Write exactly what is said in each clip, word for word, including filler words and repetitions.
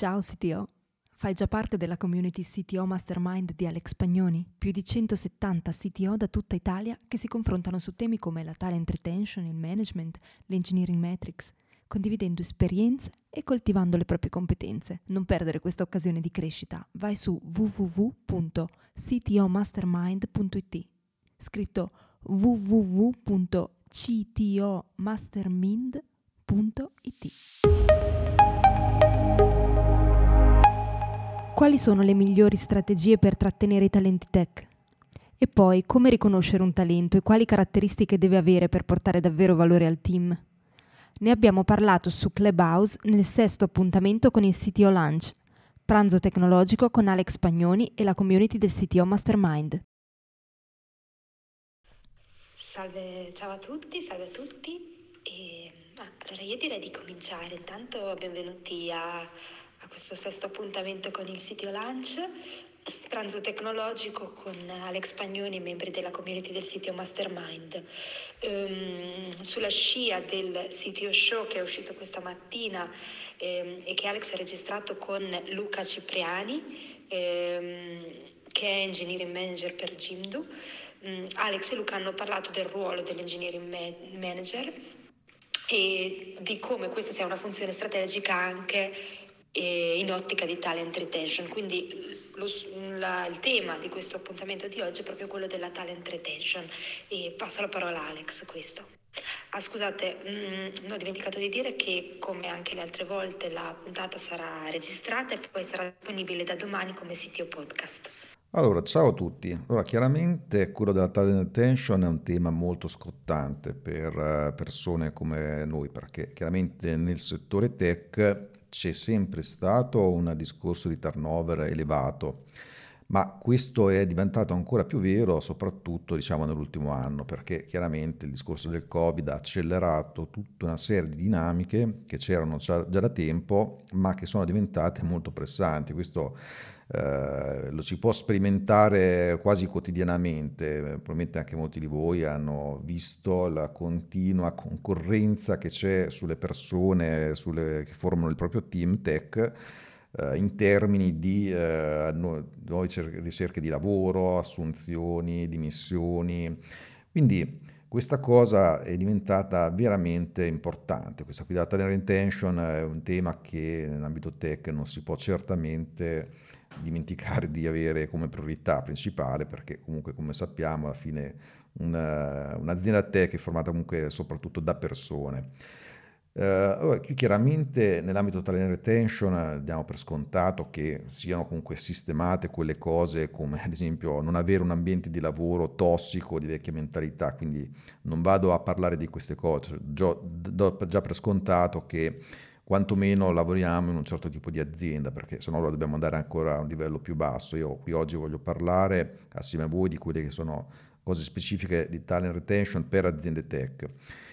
Ciao C T O, fai già parte della community C T O Mastermind di Alex Pagnoni? Più di centosettanta C T O da tutta Italia che si confrontano su temi come la talent retention, il management, l'engineering metrics, condividendo esperienze e coltivando le proprie competenze. Non perdere questa occasione di crescita. Vai su w w w punto c t o mastermind punto i t, scritto w w w punto c t o mastermind punto i t. Quali sono le migliori strategie per trattenere i talenti tech? E poi, come riconoscere un talento e quali caratteristiche deve avere per portare davvero valore al team? Ne abbiamo parlato su Clubhouse nel sesto appuntamento con il C T O Lunch, pranzo tecnologico con Alex Pagnoni e la community del C T O Mastermind. Salve, ciao a tutti, salve a tutti. E, ah, allora io direi di cominciare. Intanto benvenuti a, a questo sesto appuntamento con il C T O Lunch, pranzo tecnologico con Alex Pagnoni, membri della community del C T O Mastermind. Um, sulla scia del C T O Show che è uscito questa mattina ehm, e che Alex ha registrato con Luca Cipriani, ehm, che è engineering manager per Jimdo. Alex e Luca hanno parlato del ruolo dell'engineering manager e di come questa sia una funzione strategica anche in ottica di talent retention. Quindi lo, la, il tema di questo appuntamento di oggi è proprio quello della talent retention e passo la parola a Alex. Questo. Ah, scusate, mh, non ho dimenticato di dire che come anche le altre volte la puntata sarà registrata e poi sarà disponibile da domani come C T O podcast. Allora, ciao a tutti. Allora, chiaramente quello della talent retention è un tema molto scottante per eh, persone come noi, perché chiaramente nel settore tech c'è sempre stato un discorso di turnover elevato, ma questo è diventato ancora più vero soprattutto, diciamo, nell'ultimo anno, perché chiaramente il discorso del Covid ha accelerato tutta una serie di dinamiche che c'erano già, già da tempo, ma che sono diventate molto pressanti. Questo eh, lo si può sperimentare quasi quotidianamente, probabilmente anche molti di voi hanno visto la continua concorrenza che c'è sulle persone sulle, che formano il proprio team tech eh, in termini di eh, nu- nuove cer- ricerche di lavoro, assunzioni, dimissioni. Quindi questa cosa è diventata veramente importante. Questa qui della talent retention è un tema che nell'ambito tech non si può certamente dimenticare di avere come priorità principale, perché comunque, come sappiamo, alla fine una- un'azienda tech è formata comunque soprattutto da persone. Eh, allora, qui chiaramente nell'ambito talent retention eh, diamo per scontato che siano comunque sistemate quelle cose come ad esempio non avere un ambiente di lavoro tossico di vecchia mentalità, quindi non vado a parlare di queste cose, Gio- do già per scontato che quantomeno lavoriamo in un certo tipo di azienda, perché sennò allora dobbiamo andare ancora a un livello più basso. Io qui oggi voglio parlare assieme a voi di quelle che sono cose specifiche di talent retention per aziende tech.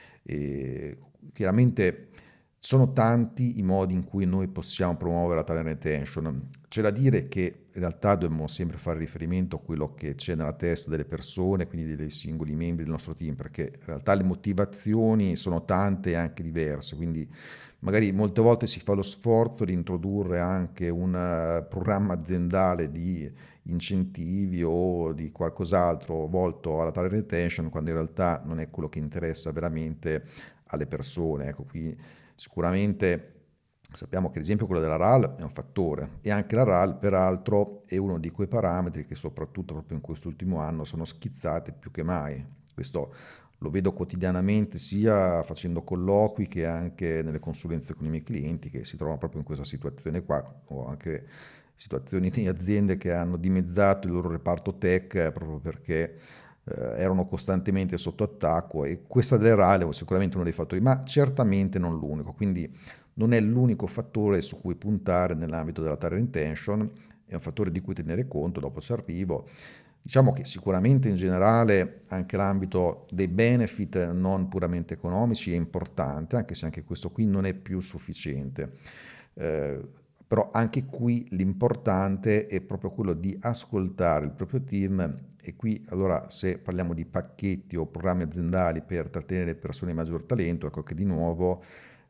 E chiaramente sono tanti i modi in cui noi possiamo promuovere la talent retention. C'è da dire che in realtà dobbiamo sempre fare riferimento a quello che c'è nella testa delle persone, quindi dei singoli membri del nostro team, perché in realtà le motivazioni sono tante e anche diverse, quindi magari molte volte si fa lo sforzo di introdurre anche un uh, programma aziendale di incentivi o di qualcos'altro volto alla talent retention, quando in realtà non è quello che interessa veramente alle persone. Ecco, qui sicuramente sappiamo che ad esempio quello della R A L è un fattore e anche la R A L peraltro è uno di quei parametri che soprattutto proprio in quest'ultimo anno sono schizzati più che mai. Questo lo vedo quotidianamente sia facendo colloqui che anche nelle consulenze con i miei clienti che si trovano proprio in questa situazione qua, o anche situazioni di aziende che hanno dimezzato il loro reparto tech eh, proprio perché eh, erano costantemente sotto attacco, e questa del R A L è sicuramente uno dei fattori, ma certamente non l'unico, quindi non è l'unico fattore su cui puntare nell'ambito della talent retention, è un fattore di cui tenere conto, dopo ci arrivo. Diciamo che sicuramente in generale anche l'ambito dei benefit non puramente economici è importante, anche se anche questo qui non è più sufficiente. Eh, però anche qui l'importante è proprio quello di ascoltare il proprio team, e qui allora se parliamo di pacchetti o programmi aziendali per trattenere le persone di maggior talento, ecco che di nuovo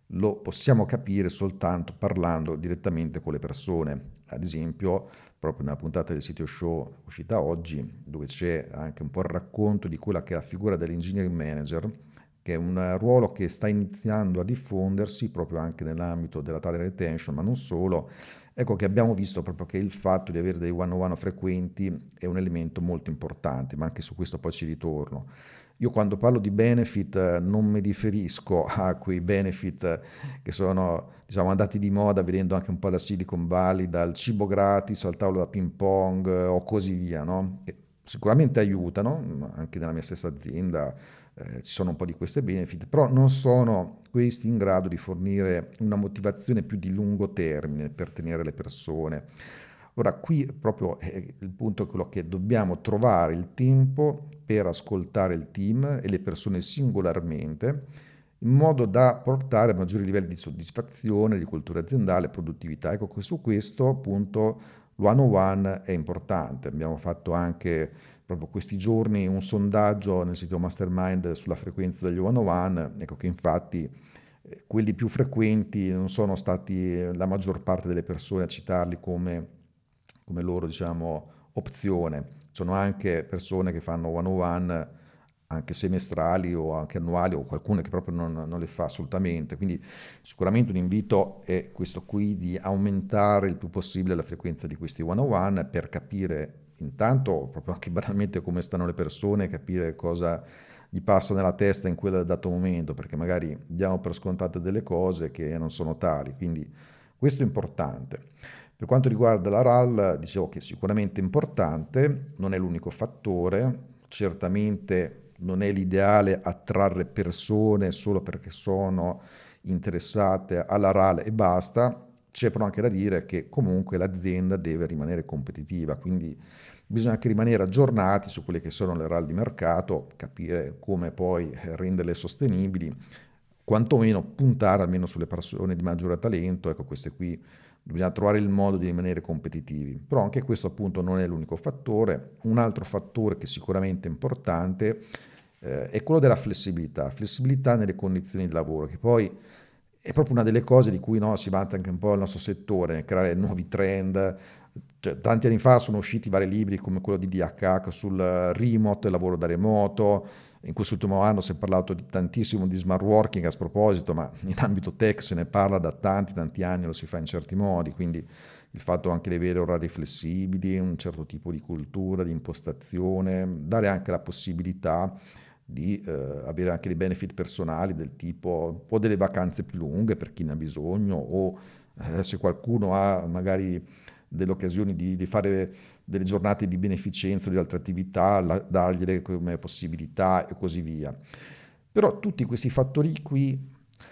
lo possiamo capire soltanto parlando direttamente con le persone. Ad esempio, proprio nella puntata del Sitio Show uscita oggi, dove c'è anche un po' il racconto di quella che è la figura dell'engineering manager, che è un ruolo che sta iniziando a diffondersi proprio anche nell'ambito della talent retention, ma non solo. Ecco che abbiamo visto proprio che il fatto di avere dei one-on-one frequenti è un elemento molto importante, ma anche su questo poi ci ritorno. Io quando parlo di benefit eh, non mi riferisco a quei benefit eh, che sono, diciamo, andati di moda vedendo anche un po' la Silicon Valley, dal cibo gratis al tavolo da ping pong eh, o così via, no? Che sicuramente aiutano, anche nella mia stessa azienda eh, ci sono un po' di questi benefit, però non sono questi in grado di fornire una motivazione più di lungo termine per tenere le persone. Ora, qui proprio eh, il punto è quello che dobbiamo trovare il tempo per ascoltare il team e le persone singolarmente, in modo da portare a maggiori livelli di soddisfazione, di cultura aziendale, produttività. Ecco che su questo appunto l'one-on-one è importante. Abbiamo fatto anche proprio questi giorni un sondaggio nel sito Mastermind sulla frequenza degli one-on-one, ecco che infatti eh, quelli più frequenti non sono stati la maggior parte delle persone a citarli come come loro, diciamo, opzione. Sono anche persone che fanno one-on-one anche semestrali o anche annuali o qualcuno che proprio non, non le fa assolutamente. Quindi sicuramente un invito è questo qui di aumentare il più possibile la frequenza di questi one-on-one per capire intanto proprio anche banalmente come stanno le persone, capire cosa gli passa nella testa in quel dato momento, perché magari diamo per scontate delle cose che non sono tali. Quindi questo è importante. Per quanto riguarda la R A L, dicevo che è sicuramente importante, non è l'unico fattore, certamente non è l'ideale attrarre persone solo perché sono interessate alla R A L e basta, c'è però anche da dire che comunque l'azienda deve rimanere competitiva, quindi bisogna anche rimanere aggiornati su quelle che sono le R A L di mercato, capire come poi renderle sostenibili, quantomeno puntare almeno sulle persone di maggiore talento, ecco queste qui bisogna trovare il modo di rimanere competitivi, però anche questo appunto non è l'unico fattore. Un altro fattore che sicuramente è importante eh, è quello della flessibilità, flessibilità nelle condizioni di lavoro, che poi è proprio una delle cose di cui no, si vanta anche un po' il nostro settore, nel creare nuovi trend. Cioè, tanti anni fa sono usciti vari libri come quello di D H H sul remote, il lavoro da remoto. In quest'ultimo anno si è parlato di tantissimo di smart working a sproposito, ma in ambito tech se ne parla da tanti tanti anni, lo si fa in certi modi, quindi il fatto anche di avere orari flessibili, un certo tipo di cultura, di impostazione, dare anche la possibilità di eh, avere anche dei benefit personali del tipo o delle vacanze più lunghe per chi ne ha bisogno o eh, se qualcuno ha magari delle occasioni di, di fare delle giornate di beneficenza o di altre attività, la, dargliele come possibilità e così via. Però tutti questi fattori qui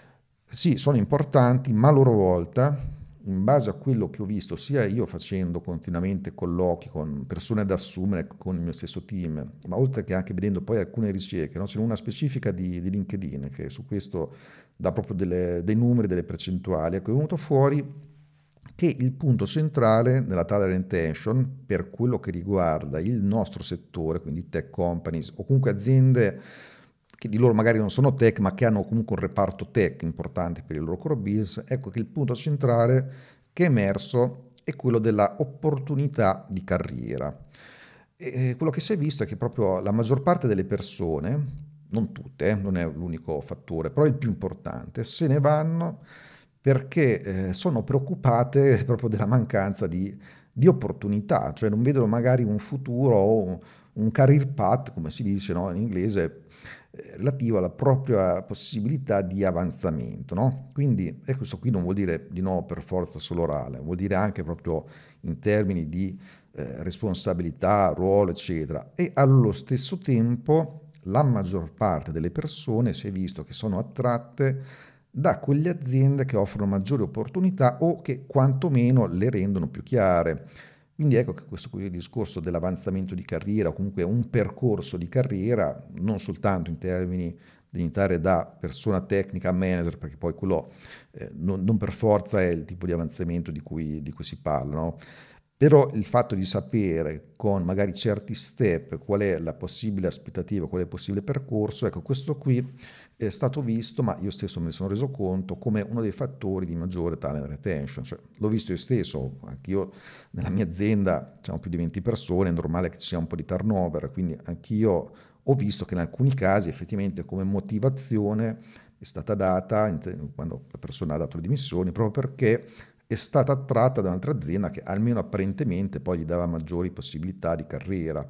sì, sono importanti, ma a loro volta, in base a quello che ho visto, sia io facendo continuamente colloqui con persone da assumere con il mio stesso team, ma oltre che anche vedendo poi alcune ricerche, no? C'è una specifica di, di LinkedIn che su questo dà proprio delle, dei numeri, delle percentuali, ecco, è venuto fuori che il punto centrale nella talent retention per quello che riguarda il nostro settore, quindi tech companies o comunque aziende che di loro magari non sono tech ma che hanno comunque un reparto tech importante per il loro core business, ecco che il punto centrale che è emerso è quello della opportunità di carriera. E quello che si è visto è che proprio la maggior parte delle persone, non tutte, eh, non è l'unico fattore, però il più importante, se ne vanno perché eh, sono preoccupate proprio della mancanza di, di opportunità, cioè non vedono magari un futuro o un, un career path, come si dice, no, in inglese, eh, relativo alla propria possibilità di avanzamento, no? Quindi e questo qui non vuol dire di nuovo per forza solo orale, vuol dire anche proprio in termini di eh, responsabilità, ruolo, eccetera. E allo stesso tempo la maggior parte delle persone si è visto che sono attratte da quelle aziende che offrono maggiori opportunità o che quantomeno le rendono più chiare. Quindi ecco che questo qui è il discorso dell'avanzamento di carriera o comunque un percorso di carriera, non soltanto in termini di iniziare da persona tecnica a manager, perché poi quello eh, non, non per forza è il tipo di avanzamento di cui, di cui si parla, no? Però il fatto di sapere con magari certi step qual è la possibile aspettativa, qual è il possibile percorso, ecco, questo qui è stato visto, ma io stesso me ne sono reso conto, come uno dei fattori di maggiore talent retention. Cioè, l'ho visto io stesso, anch'io nella mia azienda siamo più di venti persone, è normale che ci sia un po' di turnover, quindi anch'io ho visto che in alcuni casi effettivamente come motivazione è stata data quando la persona ha dato le dimissioni, proprio perché è stata attratta da un'altra azienda che almeno apparentemente poi gli dava maggiori possibilità di carriera.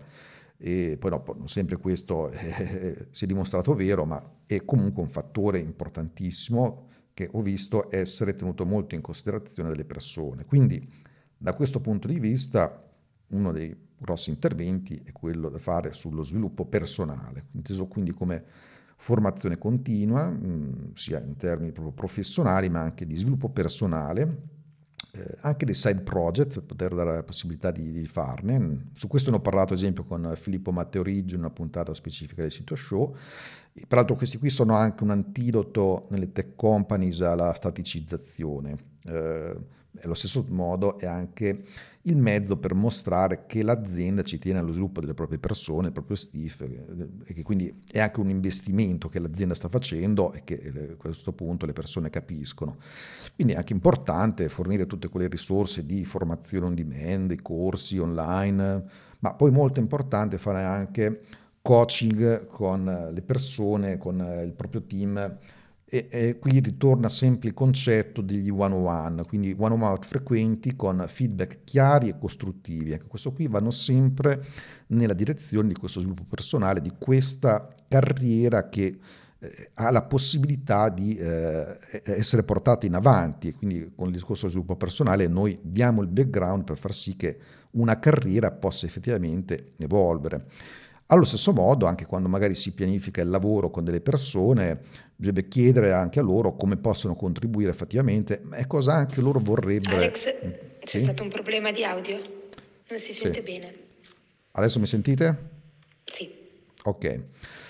E poi dopo non sempre questo eh, si è dimostrato vero, ma è comunque un fattore importantissimo che ho visto essere tenuto molto in considerazione dalle persone. Quindi da questo punto di vista uno dei grossi interventi è quello da fare sullo sviluppo personale, inteso quindi come formazione continua, mh, sia in termini proprio professionali ma anche di sviluppo personale, eh, anche dei side project per poter dare la possibilità di, di farne. Su questo ne ho parlato ad esempio con Filippo Matteo Riggi in una puntata specifica del sito show. E, peraltro questi qui sono anche un antidoto nelle tech companies alla staticizzazione. Eh, allo stesso modo è anche il mezzo per mostrare che l'azienda ci tiene allo sviluppo delle proprie persone, il proprio staff, e che quindi è anche un investimento che l'azienda sta facendo e che a questo punto le persone capiscono. Quindi è anche importante fornire tutte quelle risorse di formazione on demand, i corsi online, ma poi molto importante fare anche coaching con le persone, con il proprio team. E, e qui ritorna sempre il concetto degli one-on-one, quindi one-on-one frequenti con feedback chiari e costruttivi. Ecco, questo qui vanno sempre nella direzione di questo sviluppo personale, di questa carriera che eh, ha la possibilità di eh, essere portata in avanti. Quindi con il discorso dello sviluppo personale noi diamo il background per far sì che una carriera possa effettivamente evolvere. Allo stesso modo, anche quando magari si pianifica il lavoro con delle persone, bisogna chiedere anche a loro come possono contribuire effettivamente e cosa anche loro vorrebbero. Alex, c'è Sì? stato un problema di audio? Non si sente Sì. bene. Adesso mi sentite? Sì. Ok.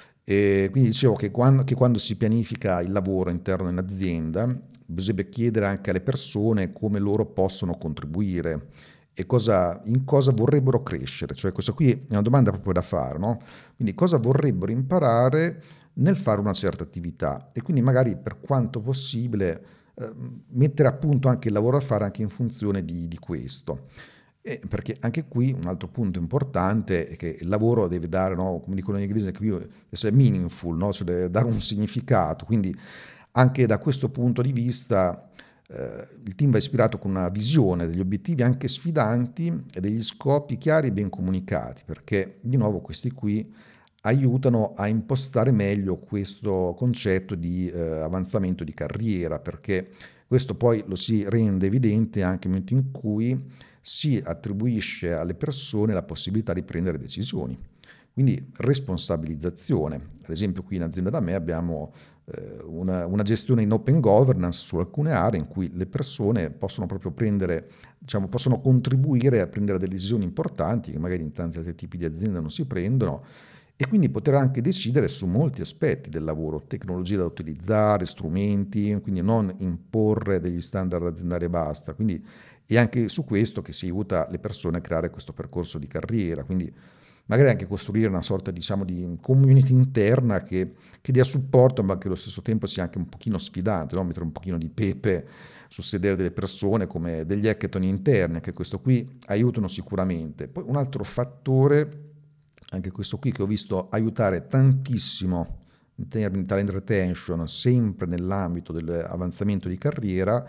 E quindi dicevo che quando, che quando si pianifica il lavoro interno in azienda, bisogna chiedere anche alle persone come loro possono contribuire e cosa, in cosa vorrebbero crescere. Cioè questa qui è una domanda proprio da fare, no? Quindi cosa vorrebbero imparare nel fare una certa attività e quindi magari per quanto possibile eh, mettere a punto anche il lavoro da fare anche in funzione di, di questo. Eh, perché anche qui un altro punto importante è che il lavoro deve dare, no, come dicono gli inglesi, che deve essere meaningful, no? Cioè deve dare un significato. Quindi anche da questo punto di vista eh, il team va ispirato con una visione degli obiettivi anche sfidanti e degli scopi chiari e ben comunicati, perché di nuovo questi qui aiutano a impostare meglio questo concetto di eh, avanzamento di carriera, perché questo poi lo si rende evidente anche nel momento in cui si attribuisce alle persone la possibilità di prendere decisioni. Quindi responsabilizzazione. Ad esempio qui in azienda da me abbiamo eh, una, una gestione in open governance su alcune aree in cui le persone possono proprio prendere, diciamo, possono contribuire a prendere delle decisioni importanti che magari in tanti altri tipi di aziende non si prendono e quindi poter anche decidere su molti aspetti del lavoro, tecnologie da utilizzare, strumenti, quindi non imporre degli standard aziendali e basta. Quindi è anche su questo che si aiuta le persone a creare questo percorso di carriera, quindi magari anche costruire una sorta, diciamo, di community interna che, che dia supporto, ma che allo stesso tempo sia anche un pochino sfidante, no? Mettere un pochino di pepe sul sedere delle persone come degli hackathon interni, anche questo qui aiutano sicuramente. Poi un altro fattore, anche questo qui che ho visto aiutare tantissimo in termini di talent retention, sempre nell'ambito dell'avanzamento di carriera,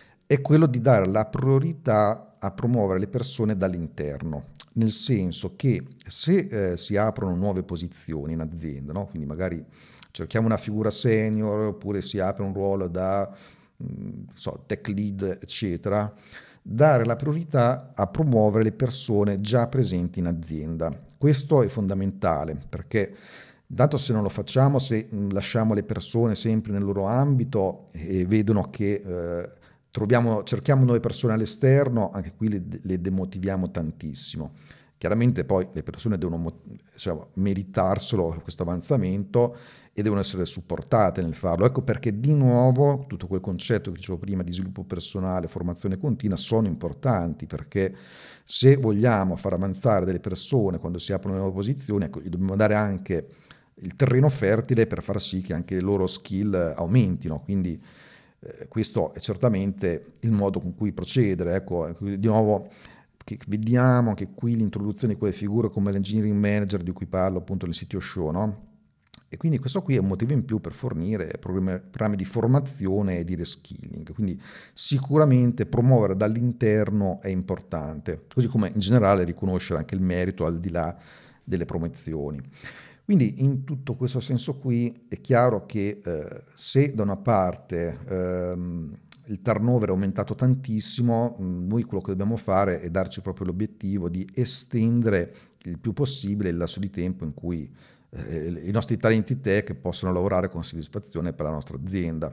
è quello di dare la priorità a promuovere le persone dall'interno, nel senso che se eh, si aprono nuove posizioni in azienda, no? Quindi magari cerchiamo una figura senior oppure si apre un ruolo da mh, so, tech lead, eccetera, dare la priorità a promuovere le persone già presenti in azienda. Questo è fondamentale perché tanto se non lo facciamo, se lasciamo le persone sempre nel loro ambito e vedono che eh, troviamo, cerchiamo nuove persone all'esterno, anche qui le, le demotiviamo tantissimo. Chiaramente poi le persone devono, diciamo, meritarselo questo avanzamento e devono essere supportate nel farlo. Ecco perché di nuovo tutto quel concetto che dicevo prima di sviluppo personale, formazione continua sono importanti, perché se vogliamo far avanzare delle persone quando si aprono nuove posizioni, ecco, gli dobbiamo dare anche il terreno fertile per far sì che anche le loro skill aumentino. Quindi eh, questo è certamente il modo con cui procedere. Ecco, di nuovo che vediamo anche qui l'introduzione di quelle figure come l'engineering manager di cui parlo appunto nel C T O Show, no? E quindi questo qui è un motivo in più per fornire programmi, programmi di formazione e di reskilling. Quindi sicuramente promuovere dall'interno è importante, così come in generale riconoscere anche il merito al di là delle promozioni. Quindi in tutto questo senso qui è chiaro che eh, se da una parte ehm, il turnover è aumentato tantissimo, noi quello che dobbiamo fare è darci proprio l'obiettivo di estendere il più possibile il lasso di tempo in cui eh, i nostri talenti tech possono lavorare con soddisfazione per la nostra azienda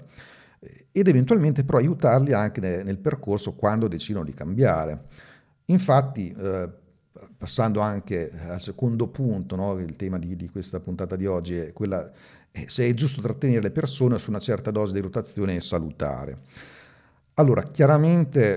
ed eventualmente però aiutarli anche nel, nel percorso quando decidono di cambiare. Infatti, eh, passando anche al secondo punto, no, il tema di, di questa puntata di oggi è quella eh, se è giusto trattenere le persone su una certa dose di rotazione è salutare. Allora, chiaramente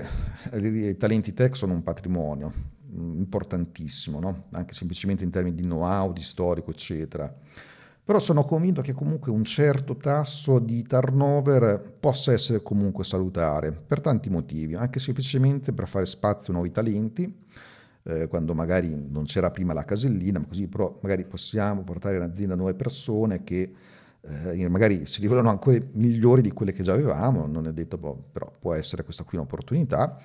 i talenti tech sono un patrimonio importantissimo, no? Anche semplicemente in termini di know-how, di storico, eccetera. Però sono convinto che comunque un certo tasso di turnover possa essere comunque salutare, per tanti motivi, anche semplicemente per fare spazio a nuovi talenti, eh, quando magari non c'era prima la casellina, ma così però magari possiamo portare in azienda nuove persone che eh, magari si rivelano ancora migliori di quelle che già avevamo, non è detto, però può essere questa qui un'opportunità.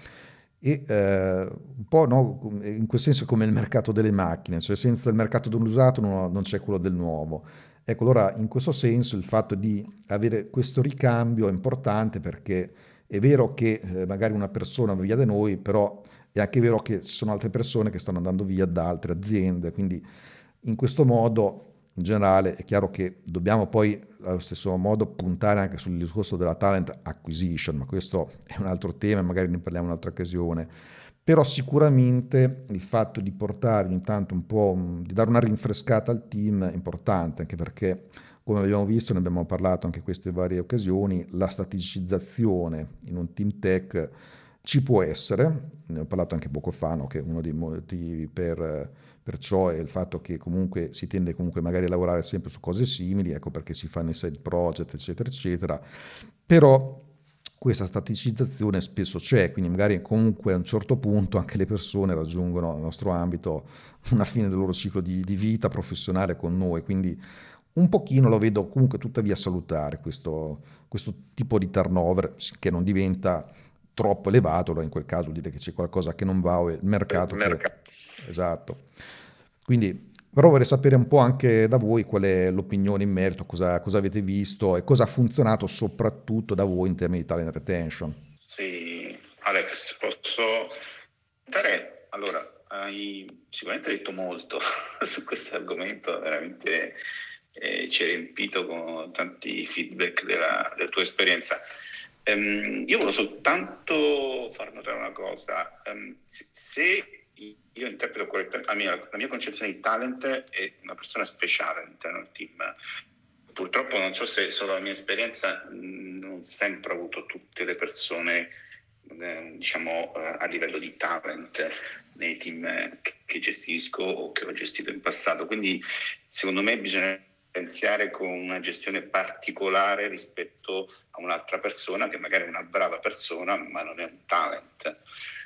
E eh, un po' no, in quel senso come il mercato delle macchine, cioè senza il mercato dell'usato non, non c'è quello del nuovo. Ecco, allora in questo senso il fatto di avere questo ricambio è importante, perché è vero che eh, magari una persona va via da noi, però è anche vero che ci sono altre persone che stanno andando via da altre aziende, quindi in questo modo in generale è chiaro che dobbiamo poi allo stesso modo puntare anche sul discorso della talent acquisition, ma questo è un altro tema, magari ne parliamo in un'altra occasione. Però sicuramente il fatto di portare intanto un po', di dare una rinfrescata al team è importante, anche perché come abbiamo visto, ne abbiamo parlato anche in queste varie occasioni, la staticizzazione in un team tech ci può essere, ne ho parlato anche poco fa, no? Che uno dei motivi per, per ciò è il fatto che comunque si tende comunque magari a lavorare sempre su cose simili, ecco perché si fanno i side project, eccetera, eccetera, però questa staticizzazione spesso c'è, quindi magari comunque a un certo punto anche le persone raggiungono nel nostro ambito una fine del loro ciclo di, di vita professionale con noi, quindi un pochino lo vedo comunque tuttavia salutare questo, questo tipo di turnover, che non diventa troppo elevato, allora in quel caso vuol dire che c'è qualcosa che non va o è il mercato che... Esatto. Quindi, però vorrei sapere un po' anche da voi qual è l'opinione in merito, cosa, cosa avete visto e cosa ha funzionato soprattutto da voi in termini di talent retention. Sì, Alex, posso dare... Allora, hai sicuramente detto molto su questo argomento, veramente eh, ci hai riempito con tanti feedback della, della tua esperienza. Um, io volevo soltanto far notare una cosa, um, se, se io interpreto correttamente, la mia, la mia concezione di talent è una persona speciale all'interno del team. Purtroppo non so se solo la mia esperienza, non sempre ho avuto tutte le persone eh, diciamo eh, a livello di talent nei team che, che gestisco o che ho gestito in passato, quindi secondo me bisogna iniziare con una gestione particolare rispetto a un'altra persona che magari è una brava persona ma non è un talent.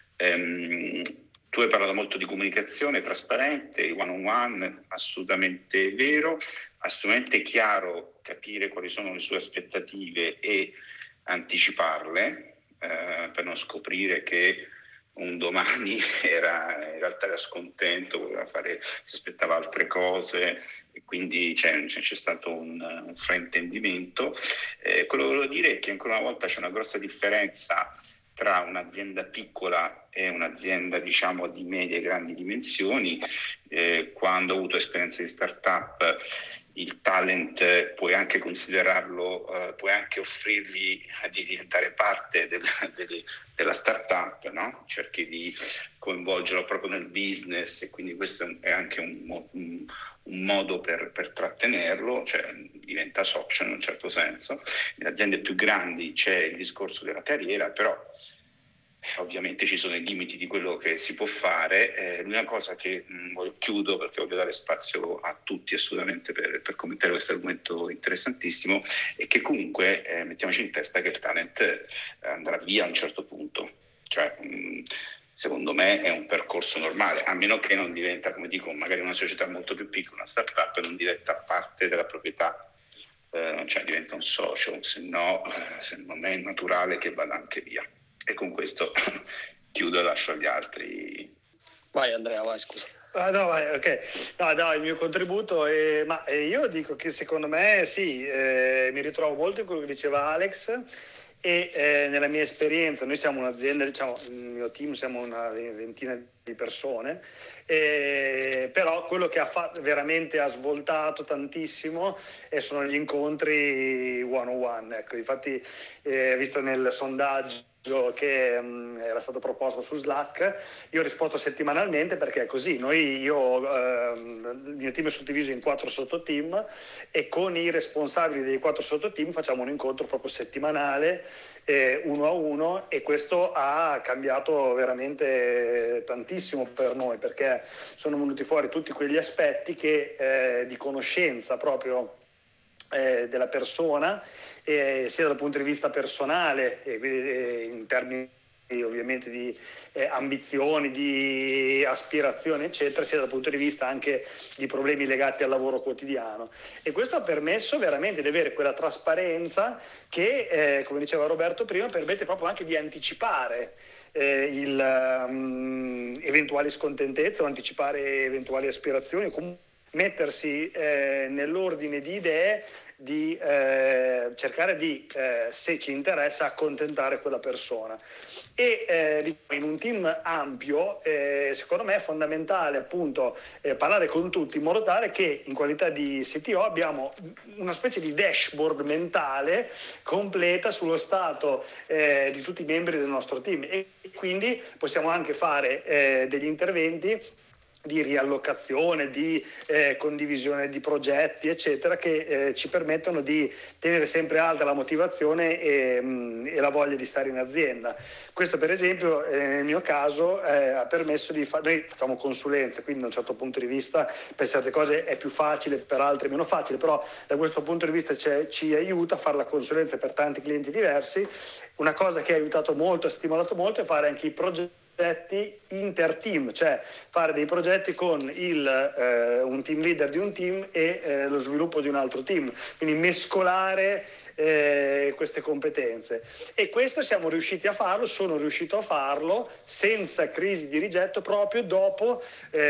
Ehm, tu hai parlato molto di comunicazione trasparente, one on one, assolutamente vero, assolutamente chiaro capire quali sono le sue aspettative e anticiparle eh, per non scoprire che un domani era in realtà era scontento, voleva fare, si aspettava altre cose e quindi c'è, c'è stato un, un fraintendimento. Eh, quello che volevo dire è che ancora una volta c'è una grossa differenza tra un'azienda piccola è un'azienda diciamo di medie e grandi dimensioni. Eh, quando ho avuto esperienze di startup, il talent eh, puoi anche considerarlo, eh, puoi anche offrirgli di diventare parte del, del, della startup, no? Cerchi di coinvolgerlo proprio nel business, e quindi questo è anche un, un, un modo per, per trattenerlo, cioè diventa socio in un certo senso. Nelle aziende più grandi c'è il discorso della carriera, però ovviamente ci sono i limiti di quello che si può fare. Eh, l'unica cosa che mh, chiudo, perché voglio dare spazio a tutti assolutamente per, per commentare questo argomento interessantissimo, è che comunque eh, mettiamoci in testa che il talent eh, andrà via a un certo punto. Cioè, mh, secondo me è un percorso normale, a meno che non diventa, come dico, magari una società molto più piccola, una startup, non diventa parte della proprietà, eh, cioè diventa un socio, se no eh, secondo me è naturale che vada anche via. E con questo chiudo e lascio agli altri. Vai Andrea, vai, scusa. Ah, no, vai, ok. No, no, il mio contributo è, ma eh, io dico che secondo me sì, eh, mi ritrovo molto in quello che diceva Alex, e eh, nella mia esperienza, noi siamo un'azienda, diciamo, il mio team siamo una ventina di persone, eh, però quello che ha fatto, veramente ha svoltato tantissimo eh, sono gli incontri one on one. Ecco, infatti, eh, visto nel sondaggio che mh, era stato proposto su Slack, io ho risposto settimanalmente, perché è così. Noi, io, eh, il mio team è suddiviso in quattro sottoteam, e con i responsabili dei quattro sottoteam facciamo un incontro proprio settimanale, eh, uno a uno, e questo ha cambiato veramente tantissimo per noi, perché sono venuti fuori tutti quegli aspetti che, eh, di conoscenza proprio eh, della persona, eh, sia dal punto di vista personale, eh, in termini ovviamente di eh, ambizioni, di aspirazioni eccetera, sia dal punto di vista anche di problemi legati al lavoro quotidiano. E questo ha permesso veramente di avere quella trasparenza che, eh, come diceva Roberto prima, permette proprio anche di anticipare eh, il, um, eventuali scontentezze, o anticipare eventuali aspirazioni, o comunque mettersi eh, nell'ordine di idee, di eh, cercare di, eh, se ci interessa, accontentare quella persona. E eh, in un team ampio, eh, secondo me è fondamentale appunto eh, parlare con tutti, in modo tale che in qualità di C T O abbiamo una specie di dashboard mentale completa sullo stato eh, di tutti i membri del nostro team, e quindi possiamo anche fare eh, degli interventi di riallocazione, di eh, condivisione di progetti, eccetera, che eh, ci permettono di tenere sempre alta la motivazione e, mh, e la voglia di stare in azienda. Questo, per esempio, eh, nel mio caso eh, ha permesso di fare, noi facciamo consulenze, quindi da un certo punto di vista per certe cose è più facile, per altre meno facile, però da questo punto di vista ci aiuta a fare la consulenza per tanti clienti diversi. Una cosa che ha aiutato molto, ha stimolato molto, è fare anche i progetti inter-team, cioè fare dei progetti con il, eh, un team leader di un team e eh, lo sviluppo di un altro team, quindi mescolare eh, queste competenze. E questo siamo riusciti a farlo, sono riuscito a farlo senza crisi di rigetto, proprio dopo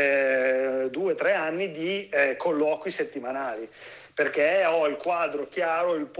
eh, due o tre anni di eh, colloqui settimanali, perché ho il quadro chiaro, il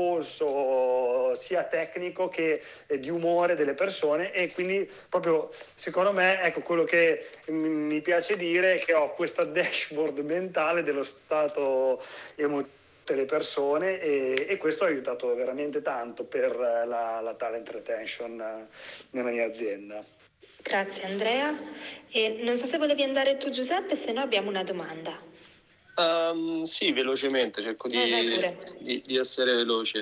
polso sia tecnico che di umore delle persone, e quindi proprio secondo me, ecco, quello che mi piace dire è che ho questa dashboard mentale dello stato emotivo delle persone, e, e questo ha aiutato veramente tanto per la, la talent retention nella mia azienda. Grazie Andrea, e non so se volevi andare tu Giuseppe, se no abbiamo una domanda. Um, sì, velocemente, cerco di, eh, di, di essere veloce.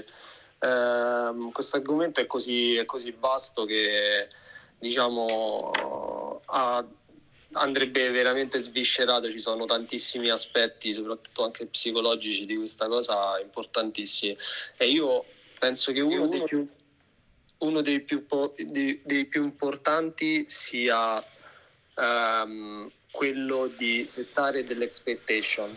Um, questo argomento è così, è così vasto che, diciamo, ha, andrebbe veramente sviscerato. Ci sono tantissimi aspetti, soprattutto anche psicologici, di questa cosa importantissimi. E io penso che uno dei più, uno dei più, dei, dei più importanti sia um, quello di settare delle expectation,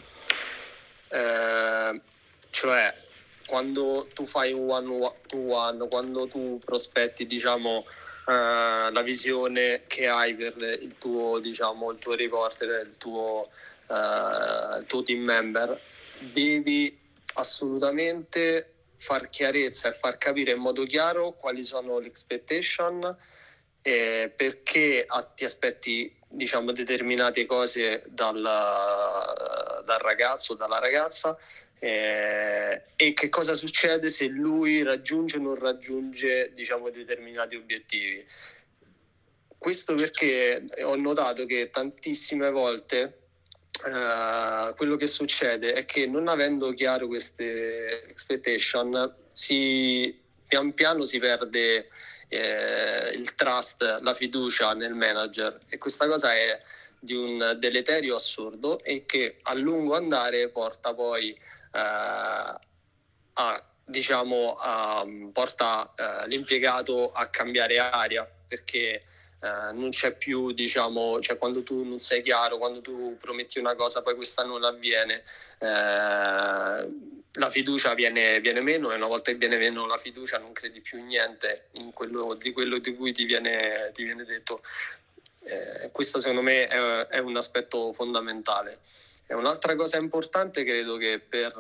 eh, cioè quando tu fai un one to one, quando tu prospetti, diciamo, eh, la visione che hai per il tuo, diciamo, il tuo reporter, il tuo, eh, il tuo team member, devi assolutamente far chiarezza e far capire in modo chiaro quali sono le expectation eh, perché ah, ti aspetti, diciamo, determinate cose dal, dal ragazzo o dalla ragazza, eh, e che cosa succede se lui raggiunge o non raggiunge, diciamo, determinati obiettivi. Questo perché ho notato che tantissime volte Uh, quello che succede è che, non avendo chiaro queste expectation, si pian piano si perde eh, il trust, la fiducia nel manager, e questa cosa è di un deleterio assurdo e che a lungo andare porta poi uh, a diciamo a, porta uh, l'impiegato a cambiare aria, perché Uh, non c'è più, diciamo, cioè quando tu non sei chiaro, quando tu prometti una cosa poi questa non avviene, uh, la fiducia viene, viene meno, e una volta che viene meno la fiducia non credi più in niente in quello, di quello di cui ti viene, ti viene detto. Uh, questo secondo me è, è un aspetto fondamentale. E un'altra cosa importante, credo che per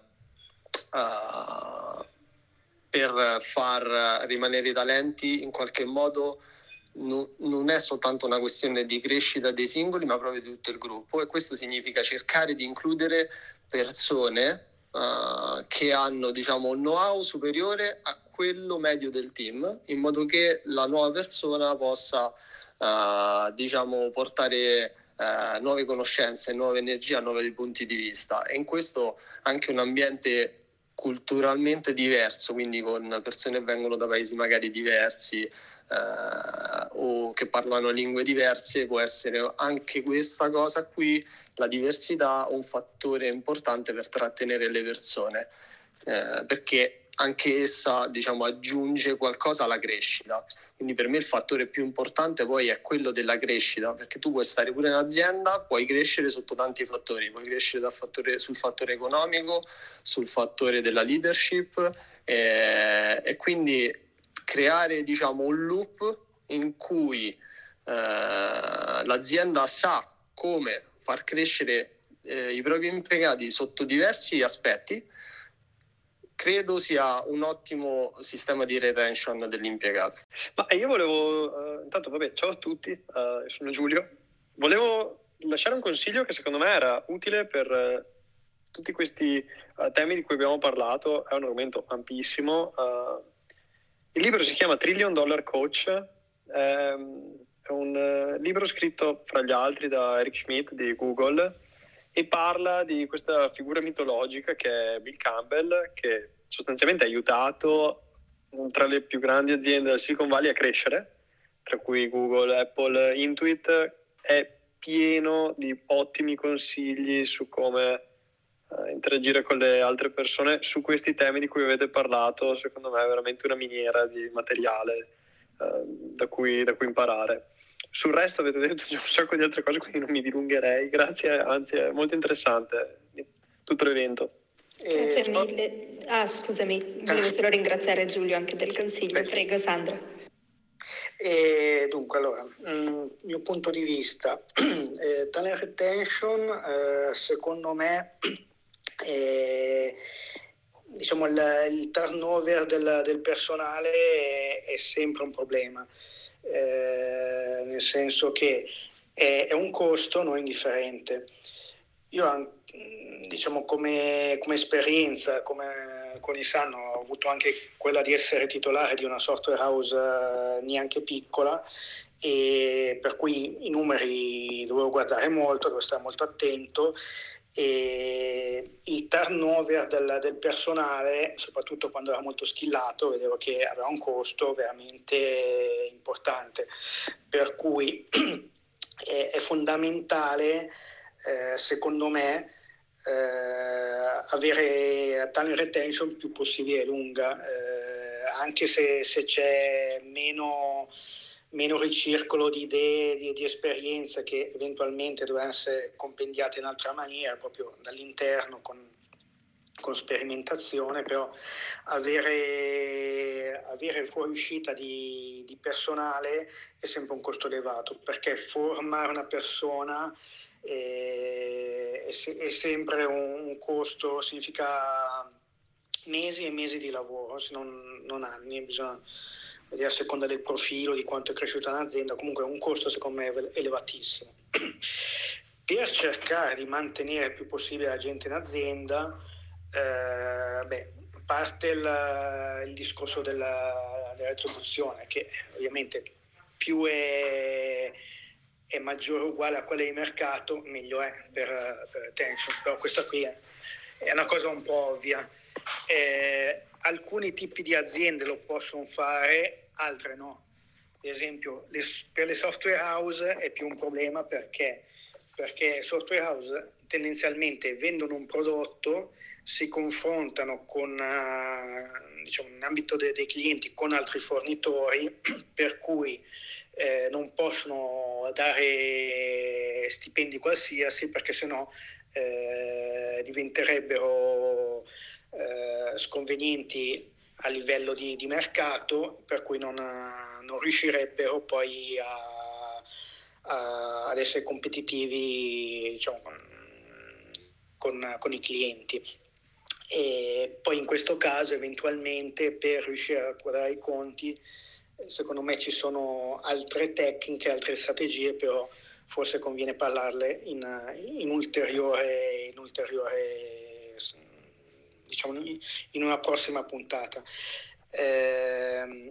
uh, per far rimanere i talenti, in qualche modo non è soltanto una questione di crescita dei singoli, ma proprio di tutto il gruppo, e questo significa cercare di includere persone uh, che hanno, diciamo, un know-how superiore a quello medio del team, in modo che la nuova persona possa uh, diciamo portare uh, nuove conoscenze, nuove energie, nuovi punti di vista, e in questo anche un ambiente culturalmente diverso, quindi con persone che vengono da paesi magari diversi, Uh, o che parlano lingue diverse, può essere anche questa cosa qui, la diversità, un fattore importante per trattenere le persone, uh, perché anche essa, diciamo, aggiunge qualcosa alla crescita. Quindi per me il fattore più importante poi è quello della crescita, perché tu puoi stare pure in azienda, puoi crescere sotto tanti fattori, puoi crescere dal fattore, sul fattore economico, sul fattore della leadership, eh, e quindi creare, diciamo, un loop in cui eh, l'azienda sa come far crescere eh, i propri impiegati sotto diversi aspetti, credo sia un ottimo sistema di retention dell'impiegato. Ma io volevo, uh, intanto vabbè, ciao a tutti, uh, sono Giulio, volevo lasciare un consiglio che secondo me era utile per uh, tutti questi uh, temi di cui abbiamo parlato. È un argomento ampissimo. Uh, Il libro si chiama Trillion Dollar Coach, ehm, è un uh, libro scritto fra gli altri da Eric Schmidt di Google, e parla di questa figura mitologica che è Bill Campbell, che sostanzialmente ha aiutato tra le più grandi aziende del Silicon Valley a crescere, tra cui Google, Apple, Intuit. È pieno di ottimi consigli su come Uh, interagire con le altre persone su questi temi di cui avete parlato. Secondo me è veramente una miniera di materiale uh, da, cui, da cui imparare. Sul resto avete detto già un sacco di altre cose, quindi non mi dilungherei. Grazie, anzi è molto interessante tutto l'evento. Grazie eh, mille. Ah, scusami, volevo solo ringraziare Giulio anche del consiglio. Beh. Prego, Sandro. E dunque, allora, il mio punto di vista, eh, talent retention, eh, secondo me, eh, diciamo il, il turnover del, del personale è, è sempre un problema, eh, nel senso che è, è un costo non indifferente. Io, diciamo, come, come esperienza, come alcuni sanno, ho avuto anche quella di essere titolare di una software house uh, neanche piccola, e per cui i numeri dovevo guardare molto, dovevo stare molto attento, e il turnover del, del personale, soprattutto quando era molto skillato, vedevo che aveva un costo veramente importante, per cui è, è fondamentale, eh, secondo me, eh, avere talent retention più possibile lunga, eh, anche se, se c'è meno meno ricircolo di idee, di, di esperienze che eventualmente devono essere compendiate in altra maniera, proprio dall'interno, con, con sperimentazione, però avere, avere fuoriuscita di, di personale è sempre un costo elevato, perché formare una persona è, è, è sempre un, un costo, significa mesi e mesi di lavoro, se non, non anni, bisogna a seconda del profilo, di quanto è cresciuta un'azienda, comunque è un costo secondo me elevatissimo. Per cercare di mantenere il più possibile la gente in azienda, eh, beh, parte il, il discorso della, della retribuzione, che ovviamente più è, è maggiore o uguale a quella di mercato, meglio è per, per Tension, però questa qui è, è una cosa un po' ovvia. Eh, alcuni tipi di aziende lo possono fare, altre no. Per esempio, le, per le software house è più un problema perché perché software house tendenzialmente vendono un prodotto, si confrontano con, uh, diciamo, nell'ambito de- dei clienti con altri fornitori, per cui eh, non possono dare stipendi qualsiasi, perché sennò eh, diventerebbero eh, sconvenienti a livello di, di mercato, per cui non, non riuscirebbero poi a ad essere competitivi, diciamo, con, con i clienti. E poi in questo caso eventualmente per riuscire a quadrare i conti, secondo me ci sono altre tecniche, altre strategie, però forse conviene parlarle in, in ulteriore, in ulteriore diciamo in una prossima puntata. Eh,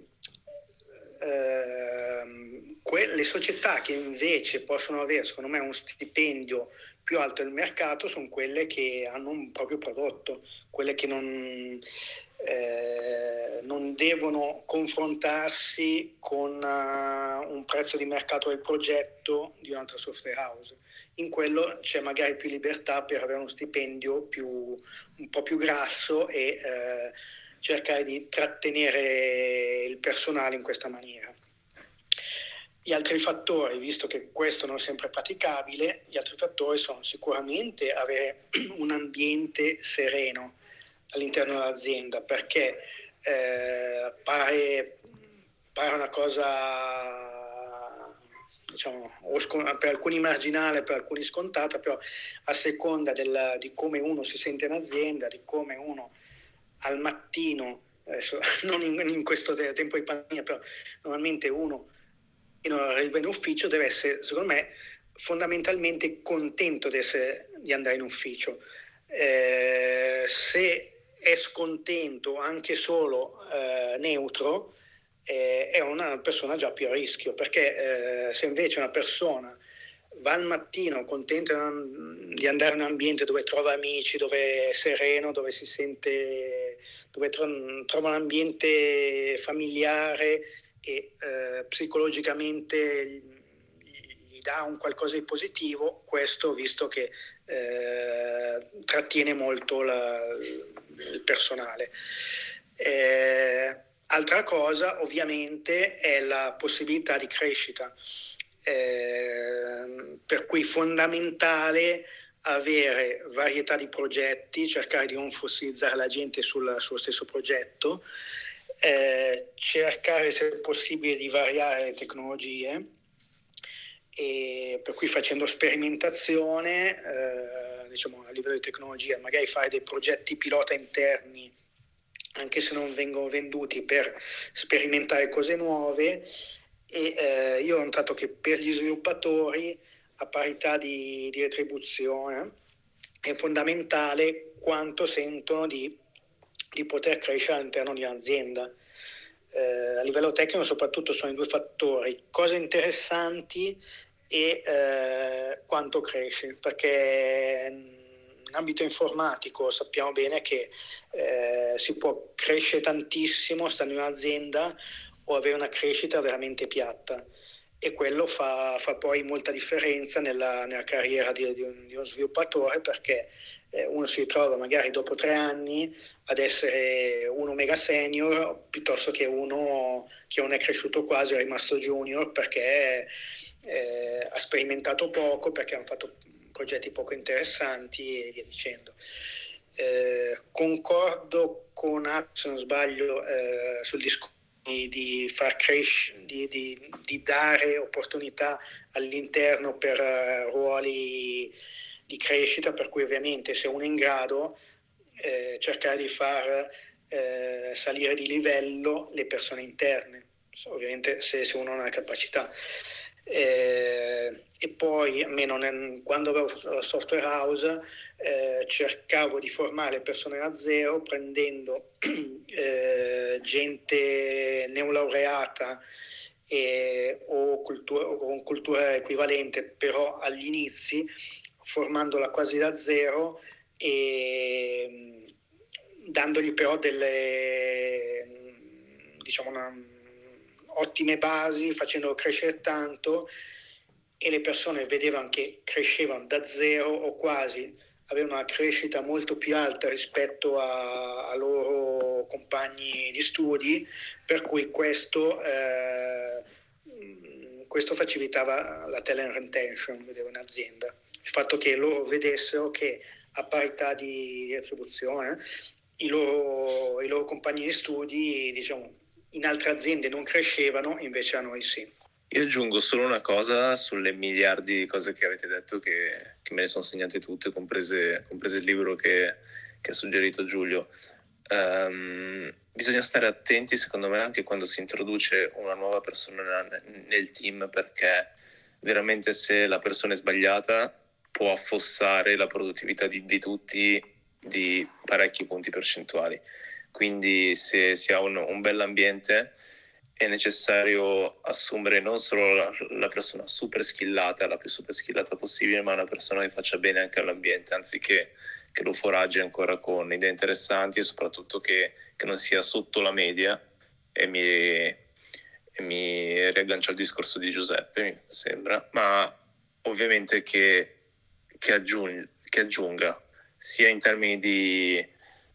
eh, que- le società che invece possono avere, secondo me, uno stipendio più alto del mercato sono quelle che hanno un proprio prodotto, quelle che non, eh, non devono confrontarsi con uh, un prezzo di mercato del progetto di un'altra software house. In quello c'è magari più libertà per avere uno stipendio più, un po' più grasso e eh, cercare di trattenere il personale in questa maniera. Gli altri fattori, visto che questo non è sempre praticabile, gli altri fattori sono sicuramente avere un ambiente sereno all'interno dell'azienda, perché eh, pare, pare una cosa, diciamo, per alcuni marginale, per alcuni scontata, però a seconda del, di come uno si sente in azienda, di come uno al mattino, adesso non in, in questo tempo di pandemia, però normalmente uno arriva in ufficio deve essere, secondo me, fondamentalmente contento di, essere, di andare in ufficio. Eh, se è scontento, anche solo eh, neutro, eh, è una persona già più a rischio, perché eh, se invece una persona va al mattino contenta di andare in un ambiente dove trova amici, dove è sereno, dove si sente, dove tro- trova un ambiente familiare e eh, psicologicamente gli dà un qualcosa di positivo, questo visto che eh, trattiene molto la, il personale. Eh, altra cosa ovviamente è la possibilità di crescita, eh, per cui è fondamentale avere varietà di progetti, cercare di non fossilizzare la gente sul suo stesso progetto, eh, cercare se possibile di variare le tecnologie, e per cui facendo sperimentazione eh, diciamo a livello di tecnologia, magari fare dei progetti pilota interni anche se non vengono venduti, per sperimentare cose nuove. E eh, io ho notato che per gli sviluppatori a parità di, di retribuzione è fondamentale quanto sentono di di poter crescere all'interno di un'azienda. Eh, a livello tecnico soprattutto sono i due fattori, cose interessanti e eh, quanto cresci, perché in ambito informatico sappiamo bene che eh, si può crescere tantissimo stando in un'azienda o avere una crescita veramente piatta, e quello fa, fa poi molta differenza nella, nella carriera di, di, un, di uno sviluppatore, perché eh, uno si ritrova magari dopo tre anni ad essere uno mega senior piuttosto che uno che non è cresciuto quasi, è rimasto junior perché eh, ha sperimentato poco, perché hanno fatto progetti poco interessanti e via dicendo. Eh, concordo con Alex, se non sbaglio, eh, sul discorso di, di far crescere, di, di, di dare opportunità all'interno per uh, ruoli di crescita, per cui ovviamente se uno è in grado Eh, cercare di far eh, salire di livello le persone interne, ovviamente se, se uno non ha la capacità. Eh, e poi, almeno nel, quando avevo la software house, eh, cercavo di formare persone da zero prendendo eh, gente neolaureata e, o, cultura, o con cultura equivalente, però agli inizi, formandola quasi da zero e dandogli però delle, diciamo, una, ottime basi, facendolo crescere tanto, e le persone vedevano che crescevano da zero o quasi, avevano una crescita molto più alta rispetto a, a loro compagni di studi, per cui questo, eh, questo facilitava la talent retention, vedevo in azienda. Il fatto che loro vedessero che a parità di attribuzione i loro, i loro compagni di studi, diciamo, in altre aziende non crescevano, invece a noi sì. Io aggiungo solo una cosa sulle miliardi di cose che avete detto, che, che me ne sono segnate tutte, comprese, comprese il libro che, che ha suggerito Giulio. Um, bisogna stare attenti, secondo me, anche quando si introduce una nuova persona nel team, perché veramente se la persona è sbagliata può affossare la produttività di, di tutti di parecchi punti percentuali. Quindi se si ha un, un bell'ambiente è necessario assumere non solo la, la persona super skillata, la più super skillata possibile, ma una persona che faccia bene anche all'ambiente, anziché che lo foraggi ancora con idee interessanti, e soprattutto che, che non sia sotto la media. E mi, e mi riaggancio al discorso di Giuseppe, mi sembra, ma ovviamente che, che, aggiung, che aggiunga sia in termini di,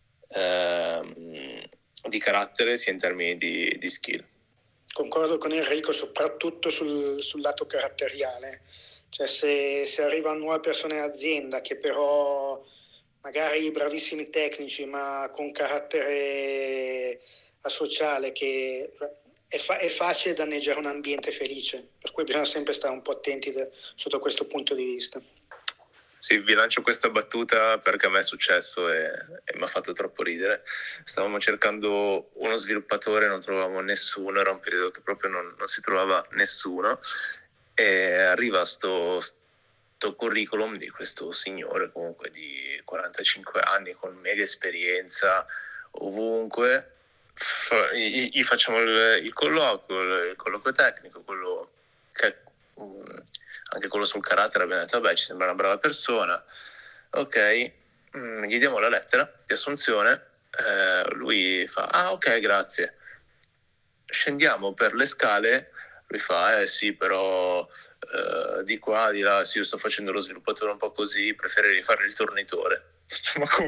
ehm, di carattere, sia in termini di, di skill. Concordo con Enrico, soprattutto sul, sul lato caratteriale. Cioè se, se arrivano nuove persone in azienda che però magari bravissimi tecnici, ma con carattere asociale, che è, fa- è facile danneggiare un ambiente felice, per cui bisogna sempre stare un po' attenti de- sotto questo punto di vista. Sì, vi lancio questa battuta perché a me è successo e, e mi ha fatto troppo ridere. Stavamo cercando uno sviluppatore, non trovavamo nessuno, era un periodo che proprio non, non si trovava nessuno, e arriva sto, sto curriculum di questo signore comunque di quarantacinque anni, con media esperienza ovunque. Fa, gli, gli facciamo il, il colloquio, il colloquio tecnico, quello che... Um, anche quello sul carattere, abbiamo detto vabbè, ci sembra una brava persona, ok, mm, gli diamo la lettera di assunzione, eh, lui fa ah ok, grazie. Scendiamo per le scale, lui fa eh sì, però eh, di qua, di là, sì, io sto facendo lo sviluppatore un po' così, preferirei fare il tornitore. Ma come?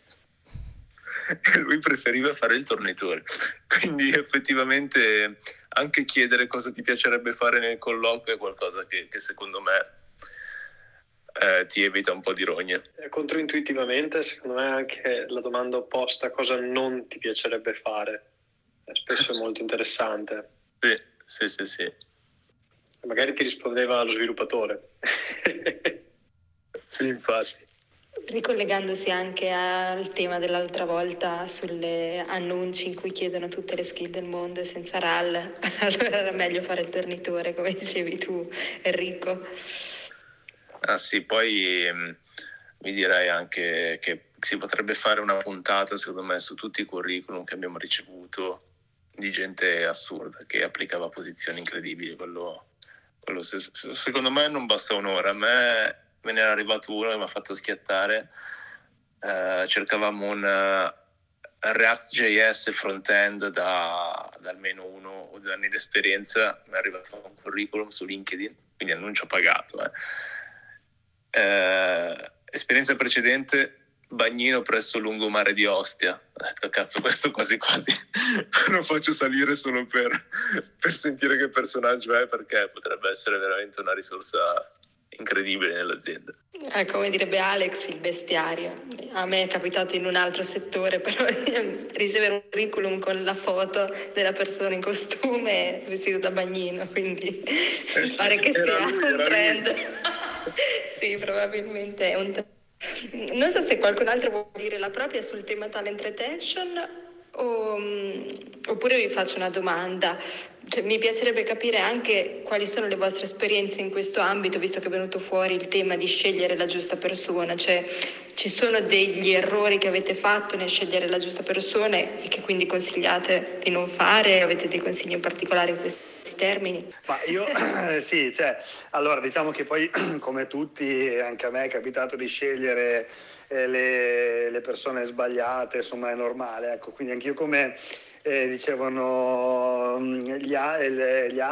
E lui preferiva fare il tornitore. Quindi effettivamente anche chiedere cosa ti piacerebbe fare nel colloquio è qualcosa che, che secondo me eh, ti evita un po' di rogne. Controintuitivamente, secondo me, anche la domanda opposta, cosa non ti piacerebbe fare, è spesso molto interessante. Sì, sì, sì, sì. Magari ti rispondeva lo sviluppatore. Sì, infatti. Ricollegandosi anche al tema dell'altra volta sulle annunci in cui chiedono tutte le skill del mondo e senza R A L, allora era meglio fare il tornitore, come dicevi tu, Enrico. Ah sì, poi mh, vi direi anche che si potrebbe fare una puntata, secondo me, su tutti i curriculum che abbiamo ricevuto di gente assurda che applicava posizioni incredibili. Quello, quello se, se, secondo me non basta un'ora. A me me ne era arrivato uno che mi ha fatto schiattare. Uh, cercavamo un uh, React.js front-end da, da almeno uno o due anni di esperienza. Mi è arrivato un curriculum su LinkedIn, quindi annuncio pagato. Eh. Uh, esperienza precedente, bagnino presso lungomare di Ostia. Ho detto, cazzo, questo quasi quasi lo faccio salire solo per, per sentire che personaggio è, perché potrebbe essere veramente una risorsa incredibile nell'azienda. Eh, come direbbe Alex, il bestiario. A me è capitato in un altro settore, però ricevere un curriculum con la foto della persona in costume vestito da bagnino, quindi mi pare che Era sia lui, un trend. Sì, probabilmente è un trend. Non so se qualcun altro vuole dire la propria sul tema talent retention o, oppure vi faccio una domanda. cioè, mi piacerebbe capire anche quali sono le vostre esperienze in questo ambito, visto che è venuto fuori il tema di scegliere la giusta persona, cioè ci sono degli errori che avete fatto nel scegliere la giusta persona e che quindi consigliate di non fare? Avete dei consigli in particolare in questi termini? Ma io sì, cioè, allora diciamo che poi come tutti anche a me è capitato di scegliere eh, le, le persone sbagliate, insomma è normale, ecco, quindi anch'io come eh, dicevano gli, gli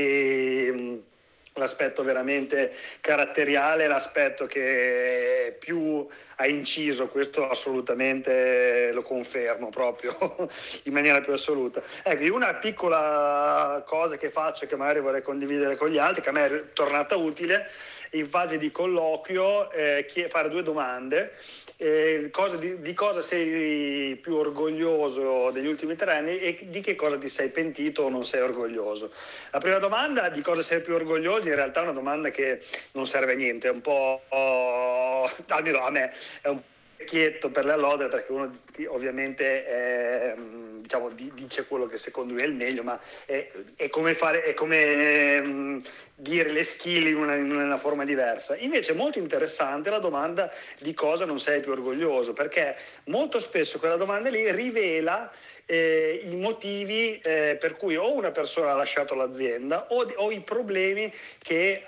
altri, l'aspetto veramente caratteriale, l'aspetto che più ha inciso, questo assolutamente lo confermo proprio in maniera più assoluta. Ecco, una piccola cosa che faccio, che magari vorrei condividere con gli altri, che a me è tornata utile, in fase di colloquio, eh, fare due domande. Eh, cosa di, di cosa sei più orgoglioso degli ultimi tre anni e di che cosa ti sei pentito o non sei orgoglioso. La prima domanda, di cosa sei più orgoglioso, in realtà è una domanda che non serve a niente, è un po', oh, almeno a me, è un vecchietto per le allodole, perché uno ovviamente è, diciamo, dice quello che secondo lui è il meglio, ma è, è come fare, è come um, dire le skill in una, in una forma diversa. Invece è molto interessante la domanda di cosa non sei più orgoglioso, perché molto spesso quella domanda lì rivela eh, i motivi eh, per cui o una persona ha lasciato l'azienda o, o i problemi che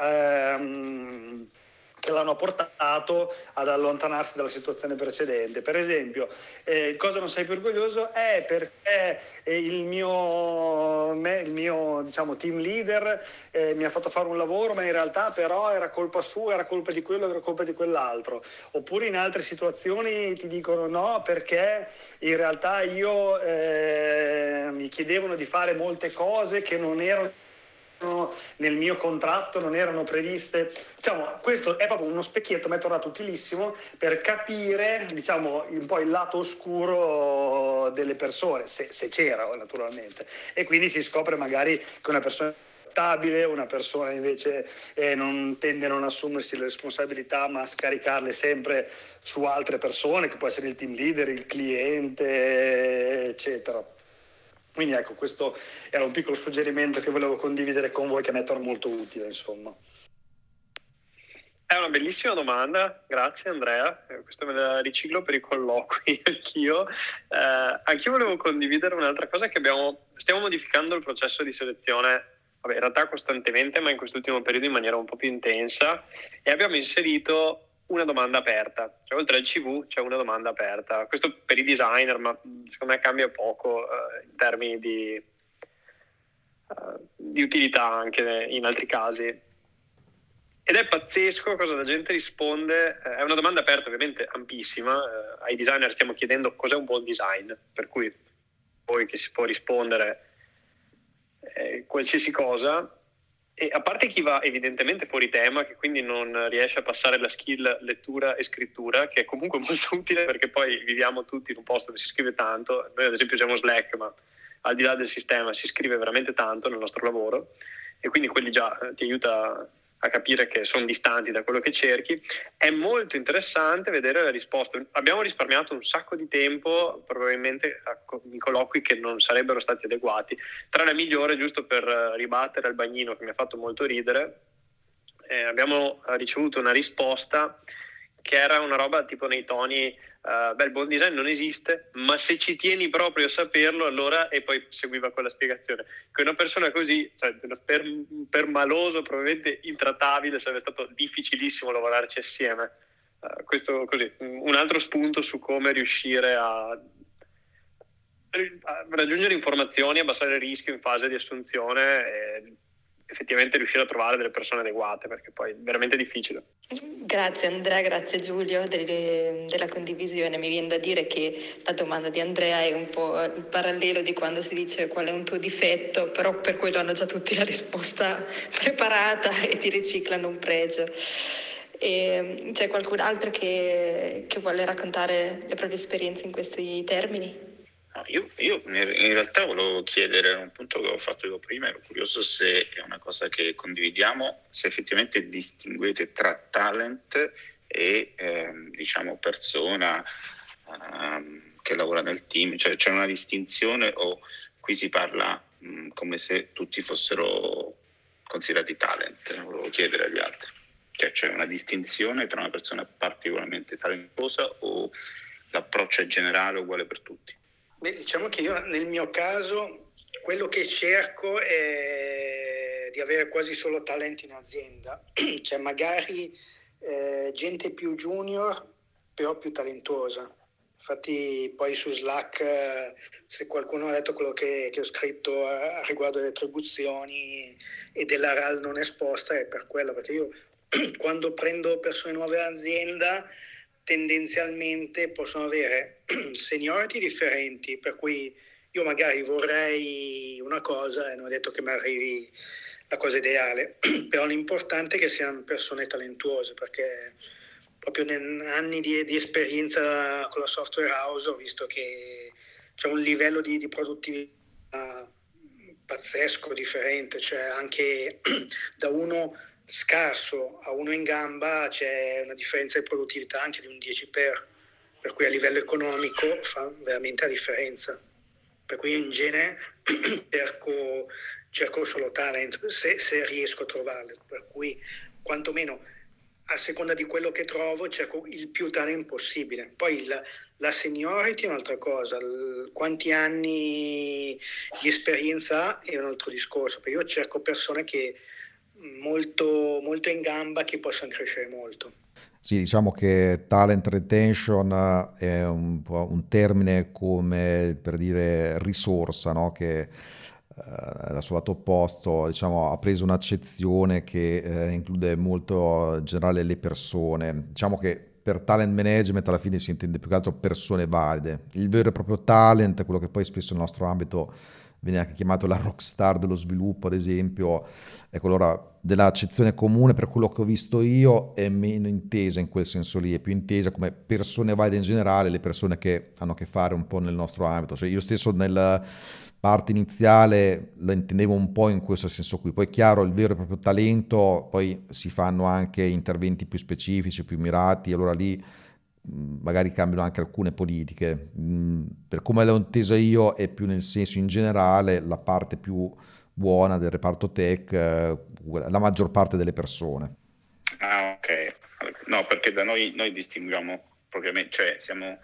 ehm, che l'hanno portato ad allontanarsi dalla situazione precedente. Per esempio, eh, cosa non sei più orgoglioso è perché eh, il mio, me, il mio diciamo, team leader eh, mi ha fatto fare un lavoro, ma in realtà però era colpa sua, era colpa di quello, era colpa di quell'altro. Oppure in altre situazioni ti dicono no, perché in realtà io eh, mi chiedevano di fare molte cose che non erano nel mio contratto, non erano previste. Diciamo, questo è proprio uno specchietto, mi è tornato utilissimo per capire, diciamo, un po' il lato oscuro delle persone, se, se c'era naturalmente, e quindi si scopre magari che una persona stabile, una persona invece eh, non tende a non assumersi le responsabilità ma a scaricarle sempre su altre persone, che può essere il team leader, il cliente, eccetera. Quindi ecco, questo era un piccolo suggerimento che volevo condividere con voi, che mi è tornato molto utile, insomma. È una bellissima domanda, grazie Andrea, eh, questa me la riciclo per i colloqui anch'io. Eh, anch'io volevo condividere un'altra cosa, che abbiamo, stiamo modificando il processo di selezione, vabbè, in realtà costantemente, ma in quest'ultimo periodo in maniera un po' più intensa, e abbiamo inserito una domanda aperta, cioè oltre al C V c'è una domanda aperta. Questo per i designer, ma secondo me cambia poco uh, in termini di, uh, di utilità anche in altri casi. Ed è pazzesco cosa la gente risponde. È una domanda aperta, ovviamente ampissima. Uh, ai designer stiamo chiedendo cos'è un buon design, per cui poi che si può rispondere eh, qualsiasi cosa. E a parte chi va evidentemente fuori tema, che quindi non riesce a passare la skill lettura e scrittura, che è comunque molto utile perché poi viviamo tutti in un posto dove si scrive tanto. Noi ad esempio usiamo Slack, ma al di là del sistema si scrive veramente tanto nel nostro lavoro, e quindi quelli già eh, ti aiuta a capire che sono distanti da quello che cerchi. È molto interessante vedere la risposta. Abbiamo risparmiato un sacco di tempo, probabilmente in colloqui che non sarebbero stati adeguati. Tra la migliore, giusto per ribattere al bagnino che mi ha fatto molto ridere, eh, abbiamo ricevuto una risposta che era una roba tipo nei toni uh, beh, il buon design non esiste, ma se ci tieni proprio a saperlo allora, e poi seguiva quella spiegazione, che una persona così, cioè, per, per maloso, probabilmente intrattabile, sarebbe stato difficilissimo lavorarci assieme. Uh, questo così, un altro spunto su come riuscire a, a raggiungere informazioni, abbassare il rischio in fase di assunzione e effettivamente riuscire a trovare delle persone adeguate, perché poi è veramente difficile. Grazie Andrea, grazie Giulio delle, della condivisione. Mi viene da dire che la domanda di Andrea è un po' il parallelo di quando si dice qual è un tuo difetto, però per quello hanno già tutti la risposta preparata e ti riciclano un pregio. E c'è qualcun altro che, che vuole raccontare le proprie esperienze in questi termini? No, io, io in realtà volevo chiedere un punto che ho fatto io prima, ero curioso se è una cosa che condividiamo, se effettivamente distinguete tra talent e ehm, diciamo persona ehm, che lavora nel team, cioè c'è una distinzione o qui si parla mh, come se tutti fossero considerati talent. Volevo chiedere agli altri, cioè c'è una distinzione tra una persona particolarmente talentuosa o l'approccio è generale uguale per tutti? Beh, diciamo che io nel mio caso quello che cerco è di avere quasi solo talenti in azienda, cioè magari eh, gente più junior però più talentuosa. Infatti poi su Slack, eh, se qualcuno ha letto quello che, che ho scritto a, a riguardo delle attribuzioni e della R A L non esposta, è per quello, perché io quando prendo persone nuove all'azienda tendenzialmente possono avere seniority differenti, per cui io magari vorrei una cosa e non è detto che mi arrivi la cosa ideale, però l'importante è che siano persone talentuose, perché proprio negli anni di, di esperienza con la software house ho visto che c'è un livello di, di produttività pazzesco, differente, cioè anche da uno scarso a uno in gamba c'è una differenza di produttività anche di un dieci per, per cui a livello economico fa veramente la differenza. Per cui in genere cerco, cerco solo talent, se, se riesco a trovarlo, per cui quantomeno a seconda di quello che trovo cerco il più talent possibile. Poi il, la seniority è un'altra cosa, il, quanti anni di esperienza ha è un altro discorso, perché io cerco persone che molto, molto in gamba, che possano crescere molto. Sì, diciamo che talent retention è un po' un termine come per dire risorsa, no? Che eh, dal suo lato opposto, diciamo, ha preso un'accezione che eh, include molto in generale le persone. Diciamo che per talent management alla fine si intende più che altro persone valide. Il vero e proprio talent, quello che poi spesso nel nostro ambito viene anche chiamato la rockstar dello sviluppo, ad esempio, ecco, allora dell'accezione comune per quello che ho visto io è meno intesa in quel senso lì, è più intesa come persone valide in generale, le persone che hanno a che fare un po' nel nostro ambito. Cioè io stesso nella parte iniziale la intendevo un po' in questo senso qui, poi chiaro il vero e proprio talento, poi si fanno anche interventi più specifici, più mirati, allora lì magari cambiano anche alcune politiche. Per come l'ho intesa io è più nel senso in generale la parte più buona del reparto tech, la maggior parte delle persone. Ah, ok. No, perché da noi, noi distinguiamo propriamente, cioè siamo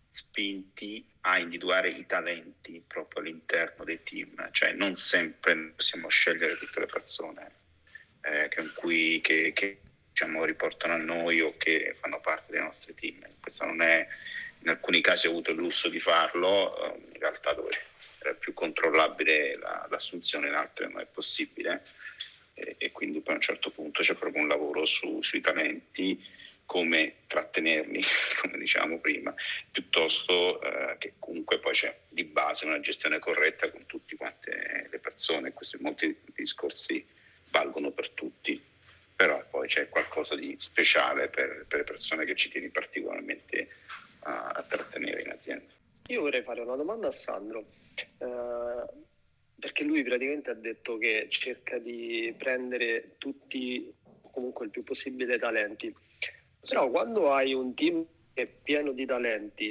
spinti a individuare i talenti proprio all'interno dei team, cioè non sempre possiamo scegliere tutte le persone eh, con cui, che, che diciamo riportano a noi o che fanno parte dei nostri team. Questo non è, in alcuni casi ho avuto il lusso di farlo, in realtà dove era più controllabile la, l'assunzione, in altre non è possibile, e, e quindi poi a un certo punto c'è proprio un lavoro su, sui talenti, come trattenerli, come diciamo prima, piuttosto eh, che comunque poi c'è di base una gestione corretta con tutte quante le persone. Questi molti discorsi valgono per tutti, però poi c'è qualcosa di speciale per, per le persone che ci tieni particolarmente a, a trattenere in azienda. Io vorrei fare una domanda a Sandro, eh, perché lui praticamente ha detto che cerca di prendere tutti, comunque il più possibile, talenti. Però quando hai un team che è pieno di talenti,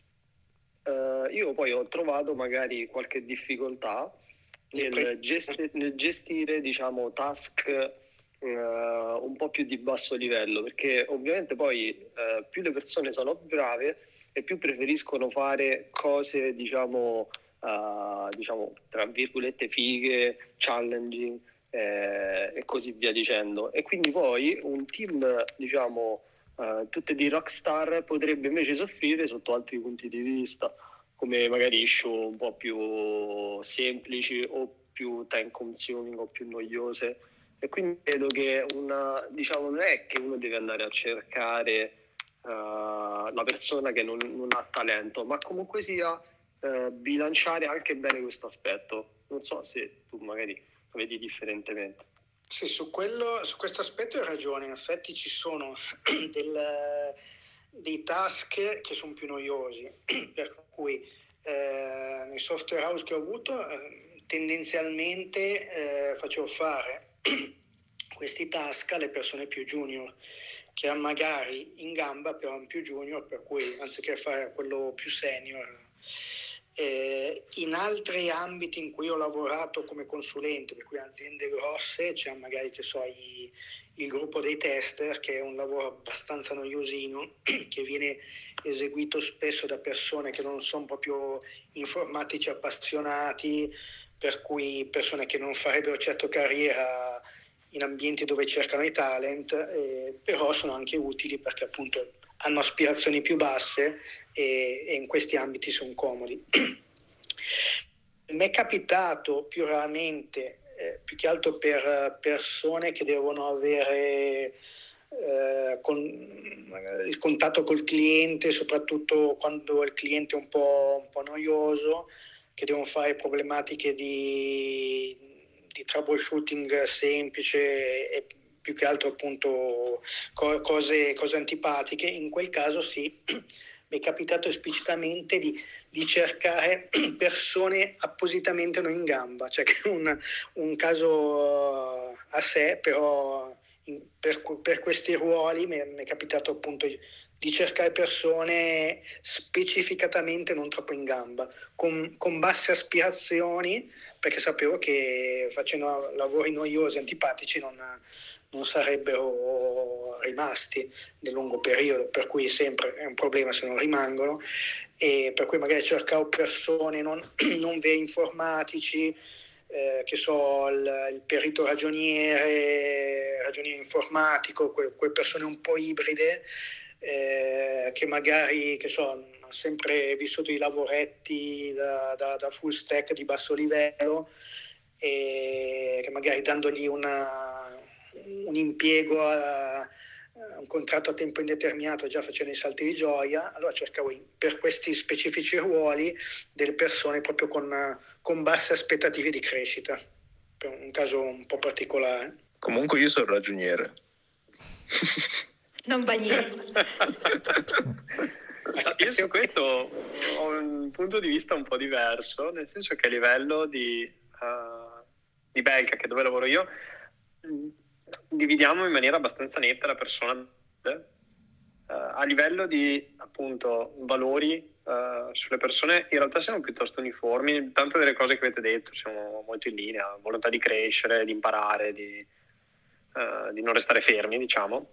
eh, io poi ho trovato magari qualche difficoltà nel, gesti- nel gestire, diciamo, task eh, un po' più di basso livello, perché ovviamente poi eh, più le persone sono brave e più preferiscono fare cose, diciamo, uh, diciamo tra virgolette fighe, challenging eh, e così via dicendo. E quindi poi un team, diciamo, Uh, tutte di rockstar potrebbe invece soffrire sotto altri punti di vista, come magari issue un po' più semplici o più time consuming o più noiose. E quindi credo che una, diciamo, non è che uno deve andare a cercare uh, la persona che non, non ha talento, ma comunque sia uh, bilanciare anche bene questo aspetto. Non so se tu magari lo vedi differentemente. Sì, su, quello, su questo aspetto hai ragione, in effetti ci sono del, dei task che sono più noiosi, per cui eh, nei software house che ho avuto eh, tendenzialmente eh, facevo fare questi task alle persone più junior, che erano magari in gamba però erano più junior, per cui anziché fare quello più senior Eh, in altri ambiti in cui ho lavorato come consulente, per cui aziende grosse, c'è magari che so i, il gruppo dei tester, che è un lavoro abbastanza noiosino, che viene eseguito spesso da persone che non sono proprio informatici appassionati, per cui persone che non farebbero certo carriera in ambienti dove cercano i talent, eh, però sono anche utili perché appunto hanno aspirazioni più basse e, e in questi ambiti sono comodi. Mi è capitato più raramente, eh, più che altro per persone che devono avere eh, con, il contatto col cliente, soprattutto quando il cliente è un po', un po' noioso, che devono fare problematiche di, di troubleshooting semplice e più che altro appunto cose, cose antipatiche. In quel caso sì, mi è capitato esplicitamente di, di cercare persone appositamente non in gamba, cioè che è un, un caso a sé, però in, per, per questi ruoli mi è, mi è capitato appunto di cercare persone specificatamente non troppo in gamba, con, con basse aspirazioni, perché sapevo che facendo lavori noiosi, antipatici, non, non sarebbero rimasti nel lungo periodo, per cui sempre è un problema se non rimangono, e per cui magari cercavo persone non, non veri informatici, eh, che so, il, il perito ragioniere, ragioniere informatico, que, quelle persone un po' ibride, eh, che magari, che so, hanno sempre vissuto i lavoretti da, da, da full stack di basso livello, e che magari dandogli una, un impiego a, un contratto a tempo indeterminato già facendo i salti di gioia, allora cercavo per questi specifici ruoli delle persone proprio con, con basse aspettative di crescita, per un caso un po' particolare. Comunque io sono ragioniere. Non bagnino. Io su questo ho un punto di vista un po' diverso, nel senso che a livello di, uh, di Belka, che è dove lavoro io, dividiamo in maniera abbastanza netta la persona. Uh, a livello di appunto valori uh, sulle persone in realtà siamo piuttosto uniformi, tante delle cose che avete detto siamo molto in linea, volontà di crescere, di imparare, di, uh, di non restare fermi, diciamo.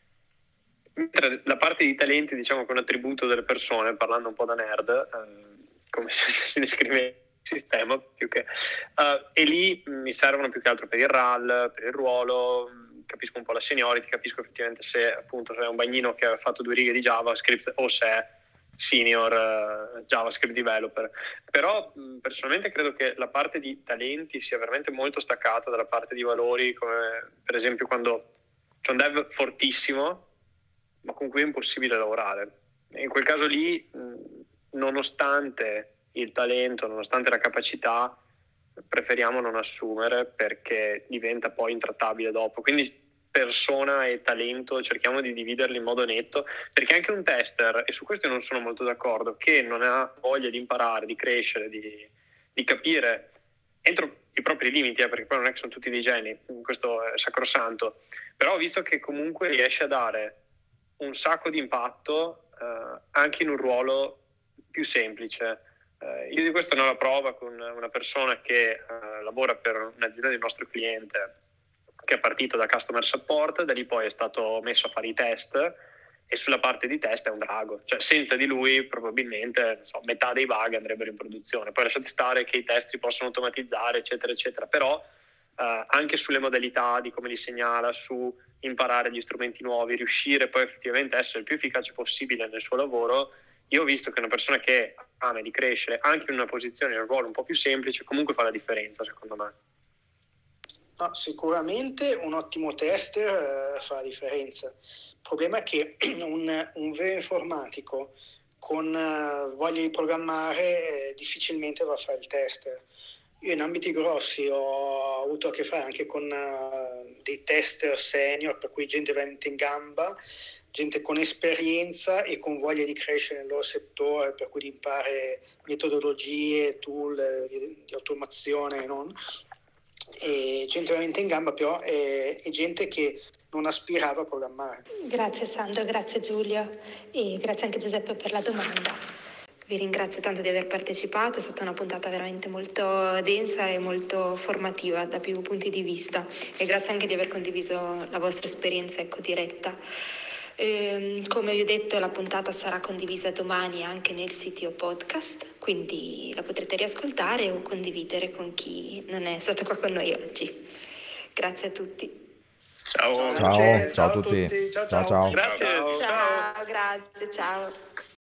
Mentre la parte di talenti, diciamo che è un attributo delle persone, parlando un po' da nerd, uh, come se si descrive il sistema più che uh, e lì mi servono più che altro per il R A L, per il ruolo, capisco un po' la seniority, capisco effettivamente se appunto se è un bagnino che ha fatto due righe di JavaScript o se è senior uh, JavaScript developer. Però mh, personalmente credo che la parte di talenti sia veramente molto staccata dalla parte di valori, come per esempio quando c'è un dev fortissimo ma con cui è impossibile lavorare. In quel caso lì, mh, nonostante il talento, nonostante la capacità, preferiamo non assumere perché diventa poi intrattabile dopo. Quindi persona e talento cerchiamo di dividerli in modo netto, perché anche un tester, e su questo io non sono molto d'accordo, che non ha voglia di imparare, di crescere, di, di capire entro i propri limiti, eh, perché poi non è che sono tutti dei geni, questo è sacrosanto, però visto che comunque riesce a dare un sacco di impatto eh, anche in un ruolo più semplice. Eh, io di questo ne ho la prova con una persona che eh, lavora per un'azienda del nostro cliente, che è partito da customer support, da lì poi è stato messo a fare i test, e sulla parte di test è un drago, cioè senza di lui probabilmente non so, metà dei bug andrebbero in produzione. Poi lasciate stare che i test si possono automatizzare eccetera eccetera, però eh, anche sulle modalità di come li segnala, su imparare gli strumenti nuovi, riuscire poi effettivamente a essere il più efficace possibile nel suo lavoro. Io ho visto che una persona che ama di crescere anche in una posizione, in un ruolo un po' più semplice, comunque fa la differenza, secondo me. No, sicuramente un ottimo tester eh, fa la differenza. Il problema è che un, un vero informatico con uh, voglia di programmare eh, difficilmente va a fare il tester. Io in ambiti grossi ho avuto a che fare anche con uh, dei tester senior, per cui gente veramente in gamba, gente con esperienza e con voglia di crescere nel loro settore, per cui di imparare metodologie, tool eh, di, di automazione, non? E gente veramente in gamba, però è, è gente che non aspirava a programmare. Grazie Sandro, grazie Giulio e grazie anche Giuseppe per la domanda. Vi ringrazio tanto di aver partecipato, è stata una puntata veramente molto densa e molto formativa da più punti di vista e grazie anche di aver condiviso la vostra esperienza, ecco, diretta. Ehm, come vi ho detto, la puntata sarà condivisa domani anche nel sito podcast, quindi la potrete riascoltare o condividere con chi non è stato qua con noi oggi. Grazie a tutti. Ciao. Ciao, ciao a tutti. Ciao, Ciao, ciao. ciao. Grazie. Ciao, grazie, ciao.